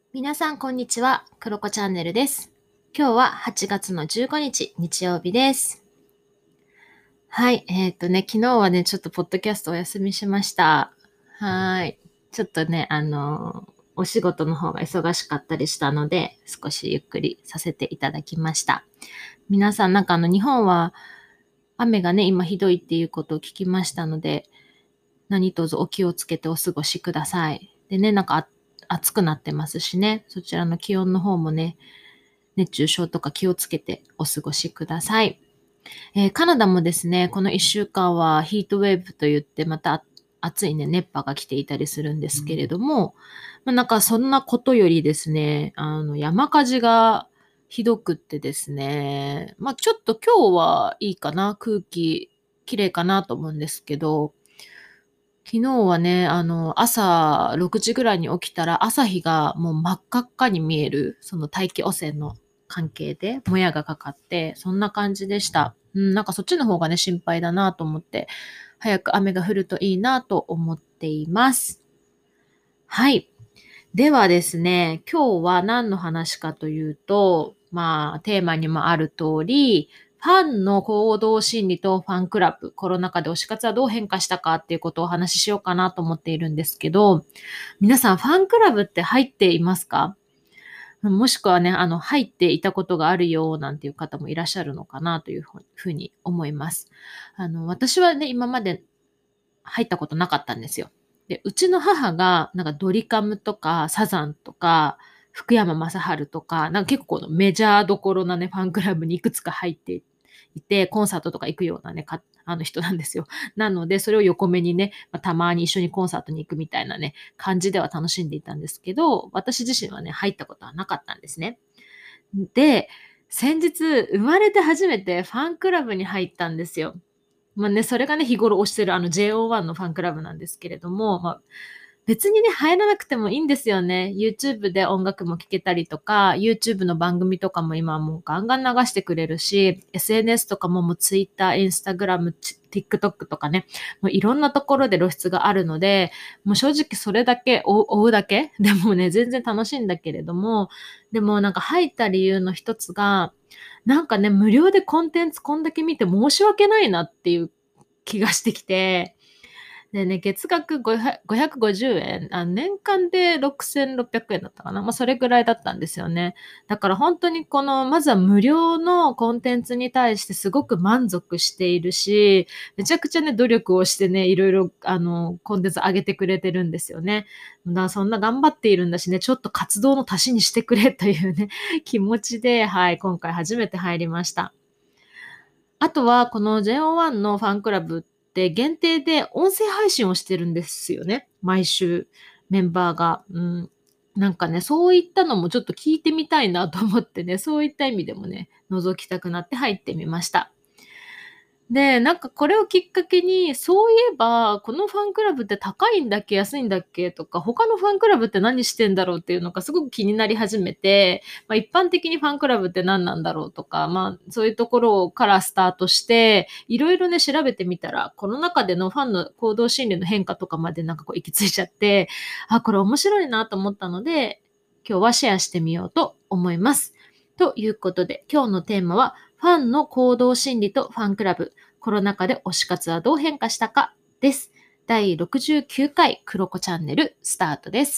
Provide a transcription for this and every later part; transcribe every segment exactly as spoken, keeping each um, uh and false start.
皆さんこんにちは、クロコチャンネルです。今日ははちがつのじゅうごにち、日曜日です。はい、えっとね、昨日はね、ちょっとポッドキャストお休みしました。はい。ちょっとね、あの、お仕事の方が忙しかったりしたので、少しゆっくりさせていただきました。皆さん、なんかあの、日本は雨がね、今ひどいっていうことを聞きましたので、何卒お気をつけてお過ごしください。でね、なんかあ暑くなってますしね、そちらの気温の方もね、熱中症とか気をつけてお過ごしください。えーカナダもですね、このいっしゅうかんはヒートウェーブといってまた暑いね、熱波が来ていたりするんですけれども、まあ、なんかそんなことよりですね、あの山火事がひどくってですね、まあちょっと今日はいいかな、空気綺麗かなと思うんですけど、昨日はね、あの、朝ろくじぐらいに起きたら、朝日がもう真っ赤っかに見える、その大気汚染の関係で、もやがかかって、そんな感じでした。うん、なんかそっちの方がね、心配だなと思って、早く雨が降るといいなと思っています。はい。ではですね、今日は何の話かというと、まあ、テーマにもある通り、ファンの行動心理とファンクラブ、コロナ禍で推し活はどう変化したかっていうことをお話ししようかなと思っているんですけど、皆さんファンクラブって入っていますか？もしくはね、あの、入っていたことがあるよなんていう方もいらっしゃるのかなというふうに思います。あの、私はね、今まで入ったことなかったんですよ。で、うちの母が、なんかドリカムとかサザンとか、福山雅治とか、なんか結構メジャーどころなね、ファンクラブにいくつか入っていて、コンサートとか行くようなね、かあの人なんですよ。なので、それを横目にね、まあ、たまに一緒にコンサートに行くみたいなね、感じでは楽しんでいたんですけど、私自身はね、入ったことはなかったんですね。で、先日、生まれて初めてファンクラブに入ったんですよ。まあね、それがね、日頃推してるあの ジェイオーワン のファンクラブなんですけれども、まあ、別にね、入らなくてもいいんですよね。YouTube で音楽も聴けたりとか、YouTube の番組とかも今はもうガンガン流してくれるし、エスエヌエス とかももう Twitter、Instagram、TikTok とかね、もういろんなところで露出があるので、もう正直それだけ追う追うだけでもね、全然楽しいんだけれども、でもなんか入った理由の一つが、なんかね、無料でコンテンツこんだけ見て申し訳ないなっていう気がしてきて、でね、月額ごひゃくごひゃくごじゅうえん、あ、年間でろくせんろっぴゃくえんだったかな。まあ、それぐらいだったんですよね。だから本当にこの、まずは無料のコンテンツに対してすごく満足しているし、めちゃくちゃね、努力をしてね、いろいろ、あの、コンテンツ上げてくれてるんですよね。だからそんな頑張っているんだしね、ちょっと活動の足しにしてくれというね、気持ちで、はい、今回初めて入りました。あとは、この ジェイオーワン のファンクラブって限定で音声配信をしてるんですよね。毎週メンバーが。うん。なんかね、そういったのもちょっと聞いてみたいなと思ってね、そういった意味でもね、覗きたくなって入ってみました。で、なんかこれをきっかけに、そういえば、このファンクラブって高いんだっけ、安いんだっけとか、他のファンクラブって何してんだろうっていうのがすごく気になり始めて、まあ、一般的にファンクラブって何なんだろうとか、まあ、そういうところからスタートして、いろいろね、調べてみたら、この中でのファンの行動心理の変化とかまでなんかこう行き着いちゃって、あ、これ面白いなと思ったので、今日はシェアしてみようと思います。ということで、今日のテーマは、ファンの行動心理とファンクラブ、コロナ禍で推し活はどう変化したかです。だいろくじゅうきゅうかいクロコチャンネルスタートです。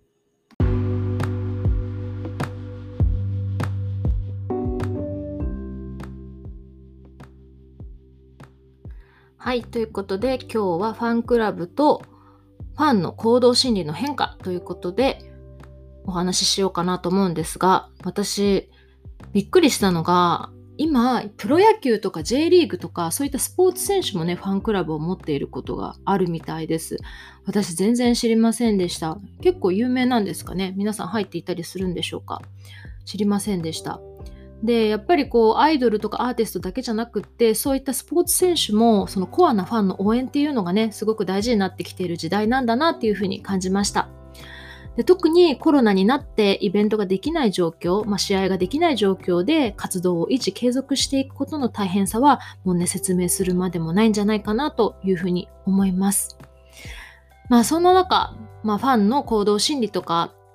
はい、ということで今日はファンクラブとファンの行動心理の変化ということでお話ししようかなと思うんですが、私びっくりしたのが、今プロ野球とか J リーグとかそういったスポーツ選手もね、ファンクラブを持っていることがあるみたいです。私全然知りませんでした。結構有名なんですかね。皆さん入っていたりするんでしょうか。知りませんでした。で、やっぱりこうアイドルとかアーティストだけじゃなくって、そういったスポーツ選手もそのコアなファンの応援っていうのがね、すごく大事になってきている時代なんだなっていうふうに感じました。で、特にコロナになってイベントができない状況、まあ、試合ができない状況で活動を維持継続していくことの大変さはもうね、説明するまでもないんじゃないかなというふうに思います。まあそんな中、まあ、ファンの行動心理とか、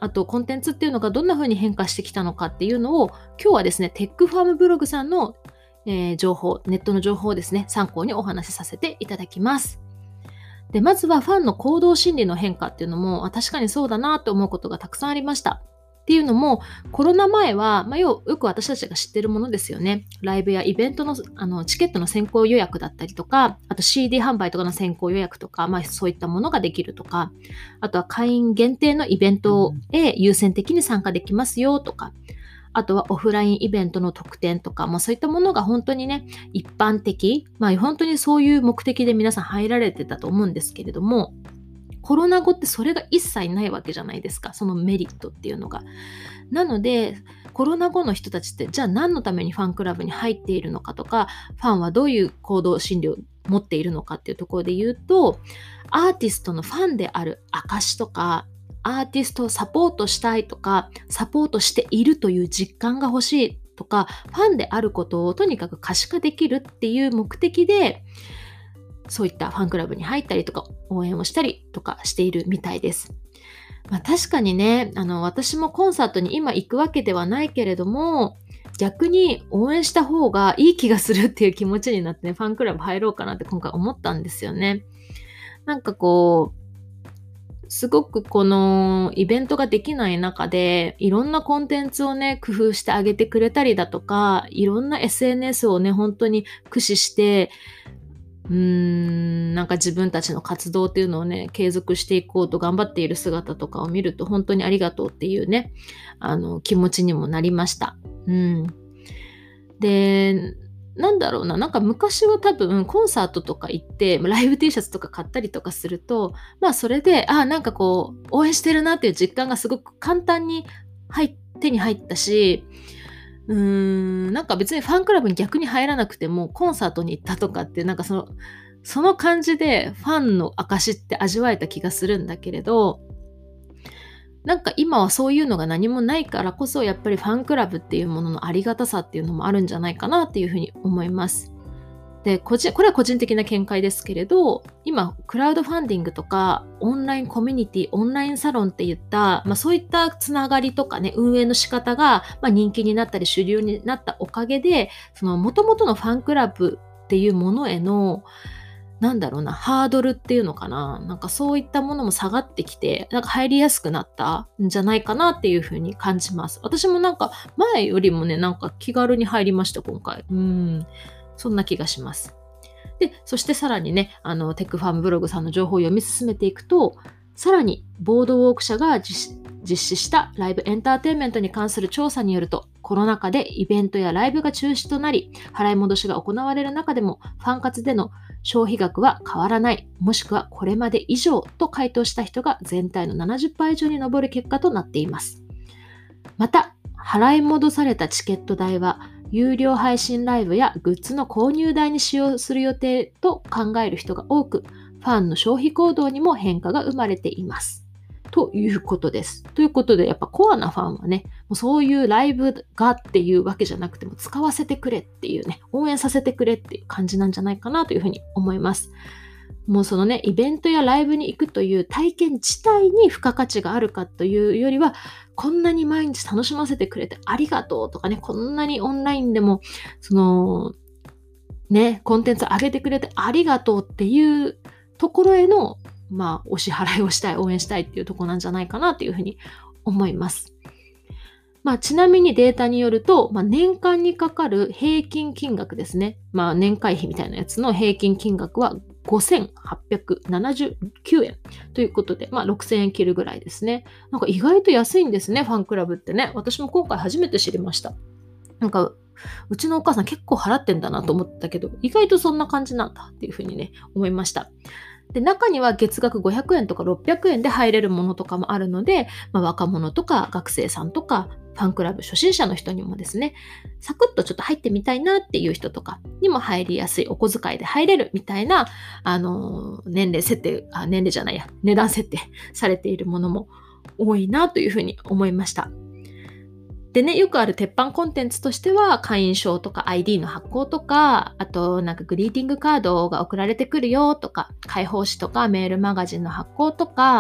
あとコンテンツっていうのがどんな風に変化してきたのかっていうのを、今日はですね、テックファームブログさんの、えー情報、ネットの情報をですね、参考にお話しさせていただきます。で、まずはファンの行動心理の変化っていうのも、あ、確かにそうだなと思うことがたくさんありました。っていうのも、コロナ前は、まあ、よよく私たちが知ってるものですよね。ライブやイベントの、あのチケットの先行予約だったりとか、あと シーディー 販売とかの先行予約とか、まあ、そういったものができるとか、あとは会員限定のイベントへ優先的に参加できますよとか、あとはオフラインイベントの特典とか、まあ、そういったものが本当にね、一般的、まあ、本当にそういう目的で皆さん入られてたと思うんですけれども、コロナ後ってそれが一切ないわけじゃないですか、そのメリットっていうのが。なので、コロナ後の人たちって、じゃあ何のためにファンクラブに入っているのかとか、ファンはどういう行動心理を持っているのかっていうところで言うと、アーティストのファンである証とか、アーティストをサポートしたいとか、サポートしているという実感が欲しいとか、ファンであることをとにかく可視化できるっていう目的で、そういったファンクラブに入ったりとか、応援をしたりとかしているみたいです。まあ、確かにね、あの、私もコンサートに今行くわけではないけれども、逆に応援した方がいい気がするっていう気持ちになってね、ファンクラブ入ろうかなって今回思ったんですよね。なんかこう、すごくこのイベントができない中で、いろんなコンテンツをね、工夫してあげてくれたりだとか、いろんな エスエヌエス をね、本当に駆使して、うーん、なんか自分たちの活動っていうのをね、継続していこうと頑張っている姿とかを見ると、本当にありがとうっていうね、あの、気持ちにもなりました。うん。で、なんだろうな、なんか昔は多分コンサートとか行って、ライブ T シャツとか買ったりとかすると、まあそれで、あ、なんかこう、応援してるなっていう実感がすごく簡単に入手に入ったし、うーん、なんか別にファンクラブに逆に入らなくても、コンサートに行ったとかって、なんかその、その感じでファンの証って味わえた気がするんだけれど、なんか今はそういうのが何もないからこそ、やっぱりファンクラブっていうもののありがたさっていうのもあるんじゃないかなっていうふうに思います。で、個人、これは個人的な見解ですけれど、今、クラウドファンディングとか、オンラインコミュニティ、オンラインサロンっていった、まあそういったつながりとかね、運営の仕方が、まあ、人気になったり主流になったおかげで、その元々のファンクラブっていうものへの、なんだろうな、ハードルっていうのかな。なんかそういったものも下がってきて、なんか入りやすくなったんじゃないかなっていうふうに感じます。私もなんか前よりもね、なんか気軽に入りました、今回。うん。そんな気がします。で、そしてさらにね、あの、テックファームブログさんの情報を読み進めていくと、さらに、ボードウォーク社が実実施したライブエンターテインメントに関する調査によると、コロナ禍でイベントやライブが中止となり、払い戻しが行われる中でも、ファン活での消費額は変わらない、もしくはこれまで以上と回答した人が全体の ななじゅっパーセント 以上に上る結果となっています。また、払い戻されたチケット代は、有料配信ライブやグッズの購入代に使用する予定と考える人が多く、ファンの消費行動にも変化が生まれています。ということです。ということで、やっぱコアなファンはね、もうそういうライブがっていうわけじゃなくても使わせてくれっていうね、応援させてくれっていう感じなんじゃないかなというふうに思います。もうそのね、イベントやライブに行くという体験自体に付加価値があるかというよりは、こんなに毎日楽しませてくれてありがとうとかね、こんなにオンラインでも、その、ね、コンテンツ上げてくれてありがとうっていうところへの、まあ、お支払いをしたい、応援したいっていうところなんじゃないかなというふうに思います。まあ、ちなみにデータによると、まあ、年間にかかる平均金額ですね。まあ、年会費みたいなやつの平均金額はごせんはっぴゃくななじゅうきゅうえんということで、まあ、ろくせんえん切るぐらいですね。なんか意外と安いんですね、ファンクラブってね。私も今回初めて知りました。なんか、うちのお母さん結構払ってんだなと思ったけど、意外とそんな感じなんだっていうふうにね、思いました。で、中には月額ごひゃくえんとかろっぴゃくえんで入れるものとかもあるので、まあ、若者とか学生さんとか、ファンクラブ初心者の人にもですね、サクッとちょっと入ってみたいなっていう人とかにも入りやすい、お小遣いで入れるみたいな、あのー年齢設定、あ、年齢じゃないや、値段設定されているものも多いなというふうに思いました。でね、よくある鉄板コンテンツとしては、会員証とか アイディー の発行とか、あとなんかグリーティングカードが送られてくるよとか、開放誌とかメールマガジンの発行とか、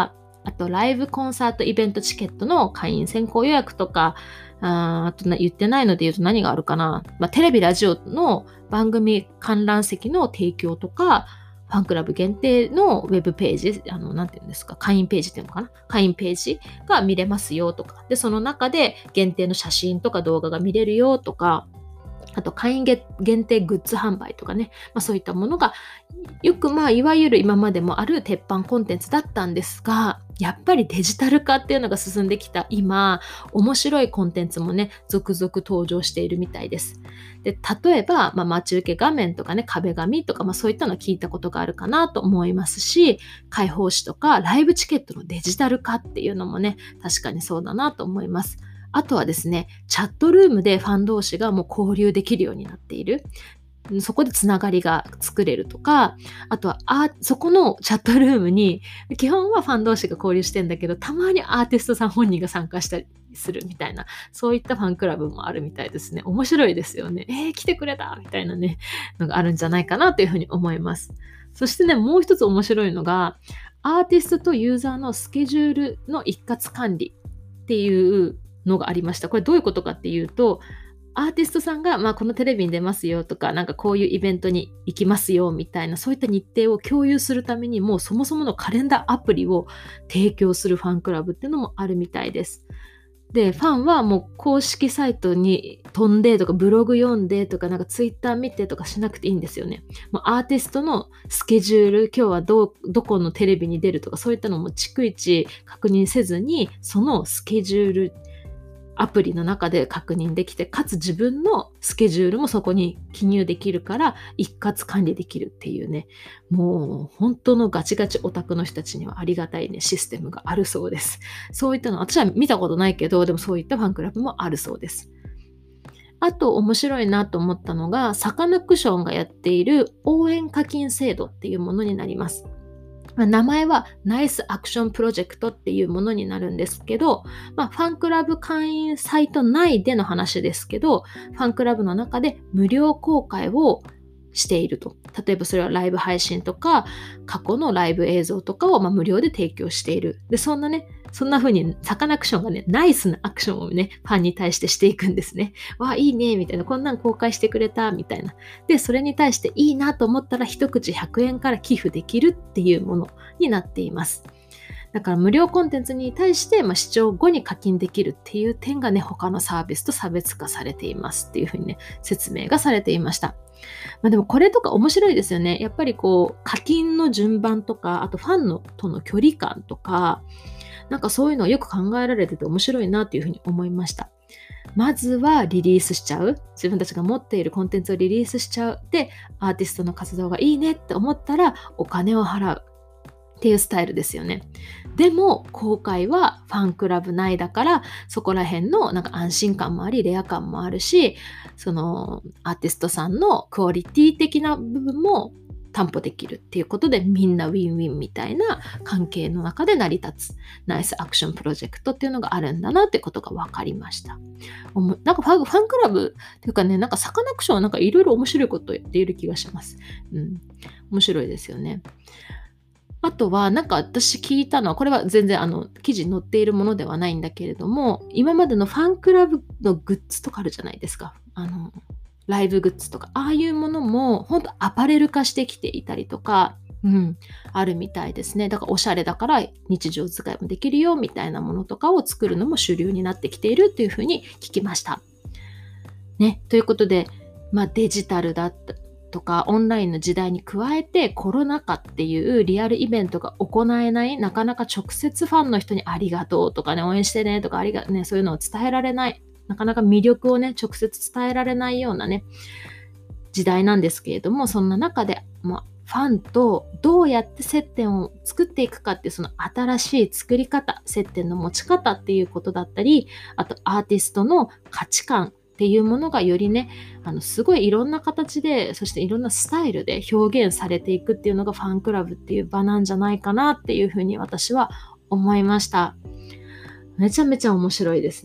あとライブコンサートイベントチケットの会員先行予約とか、あ, あと言ってないので言うと何があるかな、まあ、テレビラジオの番組観覧席の提供とか、ファンクラブ限定のウェブページ、あの、なんていうんですか、会員ページっていうのかな、会員ページが見れますよとか、で、その中で限定の写真とか動画が見れるよとか、あと会員限定グッズ販売とかね、まあ、そういったものがよく、まあいわゆる今までもある鉄板コンテンツだったんですが、やっぱりデジタル化っていうのが進んできた今、面白いコンテンツもね続々登場しているみたいです。で、例えば、まあ、待ち受け画面とかね、壁紙とか、まあ、そういったの聞いたことがあるかなと思いますし、開放誌とかライブチケットのデジタル化っていうのもね、確かにそうだなと思います。あとはですね、チャットルームでファン同士がもう交流できるようになっている。そこでつながりが作れるとか、あとはあそこのチャットルームに基本はファン同士が交流してんだけど、たまにアーティストさん本人が参加したりするみたいな、そういったファンクラブもあるみたいですね。面白いですよね。えー、来てくれたみたいなね、のがあるんじゃないかなというふうに思います。そしてね、もう一つ面白いのが、アーティストとユーザーのスケジュールの一括管理っていうのがありました。これどういうことかっていうと、アーティストさんが、まあ、このテレビに出ますよとか、なんかこういうイベントに行きますよみたいな、そういった日程を共有するためにもうそもそものカレンダーアプリを提供するファンクラブっていうのもあるみたいです。で、ファンはもう公式サイトに飛んでとか、ブログ読んでとか、なんかツイッター見てとかしなくていいんですよね。もうアーティストのスケジュール、今日はど、どこのテレビに出るとか、そういったのも逐一確認せずに、そのスケジュール、アプリの中で確認できて、かつ自分のスケジュールもそこに記入できるから一括管理できるっていうね、もう本当のガチガチオタクの人たちにはありがたいねシステムがあるそうです。そういったの私は見たことないけど、でもそういったファンクラブもあるそうです。あと面白いなと思ったのが、サカナクションがやっている応援課金制度っていうものになります。名前はナイスアクションプロジェクトっていうものになるんですけど、まあ、ファンクラブ会員サイト内での話ですけど、ファンクラブの中で無料公開をしていると。例えばそれはライブ配信とか過去のライブ映像とかをまあ無料で提供している。で、そんなね、そんな風にサカナクションがね、ナイスなアクションをね、ファンに対してしていくんですね。わあ、いいね、みたいな。こんなん公開してくれた、みたいな。で、それに対していいなと思ったら一口ひゃくえんから寄付できるっていうものになっています。だから無料コンテンツに対して、まあ、視聴後に課金できるっていう点がね、他のサービスと差別化されていますっていうふうにね、説明がされていました。まあ、でもこれとか面白いですよね。やっぱりこう、課金の順番とか、あとファンのとの距離感とか、なんかそういうのをよく考えられてて面白いなっていうふうに思いました。まずはリリースしちゃう。自分たちが持っているコンテンツをリリースしちゃう。で、アーティストの活動がいいねって思ったらお金を払う。っていうスタイルですよね。でも公開はファンクラブ内だから、そこら辺のなんか安心感もありレア感もあるし、そのアーティストさんのクオリティ的な部分も担保できるっていうことで、みんなウィンウィンみたいな関係の中で成り立つナイスアクションプロジェクトっていうのがあるんだなってことが分かりました。なんかファン、ファンクラブっていうかね、なんかサカナクションはなんかいろいろ面白いことを言っている気がします。うん、面白いですよね。あとは、なんか私聞いたのは、これは全然あの記事に載っているものではないんだけれども、今までのファンクラブのグッズとかあるじゃないですか。あの、ライブグッズとか、ああいうものも本当アパレル化してきていたりとか、うん、あるみたいですね。だからおしゃれだから日常使いもできるよみたいなものとかを作るのも主流になってきているというふうに聞きました。ね、ということで、まあ、デジタルだったとかオンラインの時代に加えて、コロナ禍っていうリアルイベントが行えない、なかなか直接ファンの人にありがとうとかね、応援してねとかありがね、そういうのを伝えられない、なかなか魅力をね直接伝えられないようなね時代なんですけれども、そんな中でもうファンとどうやって接点を作っていくかっていう、その新しい作り方、接点の持ち方っていうことだったり、あとアーティストの価値観っていうものがよりね、あのすごいいろんな形で、そしていろんなスタイルで表現されていくっていうのがファンクラブっていう場なんじゃないかなっていうふうに私は思いました。めちゃめちゃ面白いですね。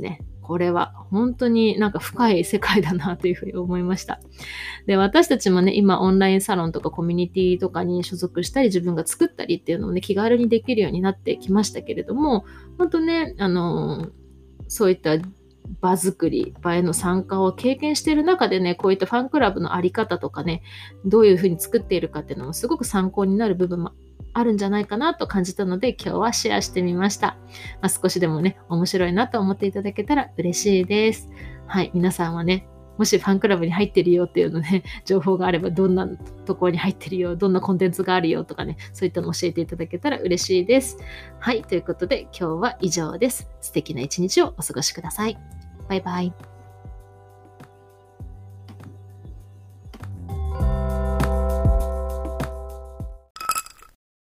これは本当になんか深い世界だなというふうに思いました。で、私たちもね、今オンラインサロンとかコミュニティとかに所属したり、自分が作ったりっていうのをね、気軽にできるようになってきましたけれども、本当ね、あの、そういった場作り、場への参加を経験している中でね、こういったファンクラブのあり方とかね、どういうふうに作っているかっていうのもすごく参考になる部分もあるんじゃないかなと感じたので、今日はシェアしてみました。まあ、少しでもね、面白いなと思っていただけたら嬉しいです。はい、皆さんはね、もしファンクラブに入ってるよっていうのね、情報があれば、どんなところに入ってるよ、どんなコンテンツがあるよとかね、そういったのを教えていただけたら嬉しいです。はい、ということで今日は以上です。素敵な一日をお過ごしください。バイバイ。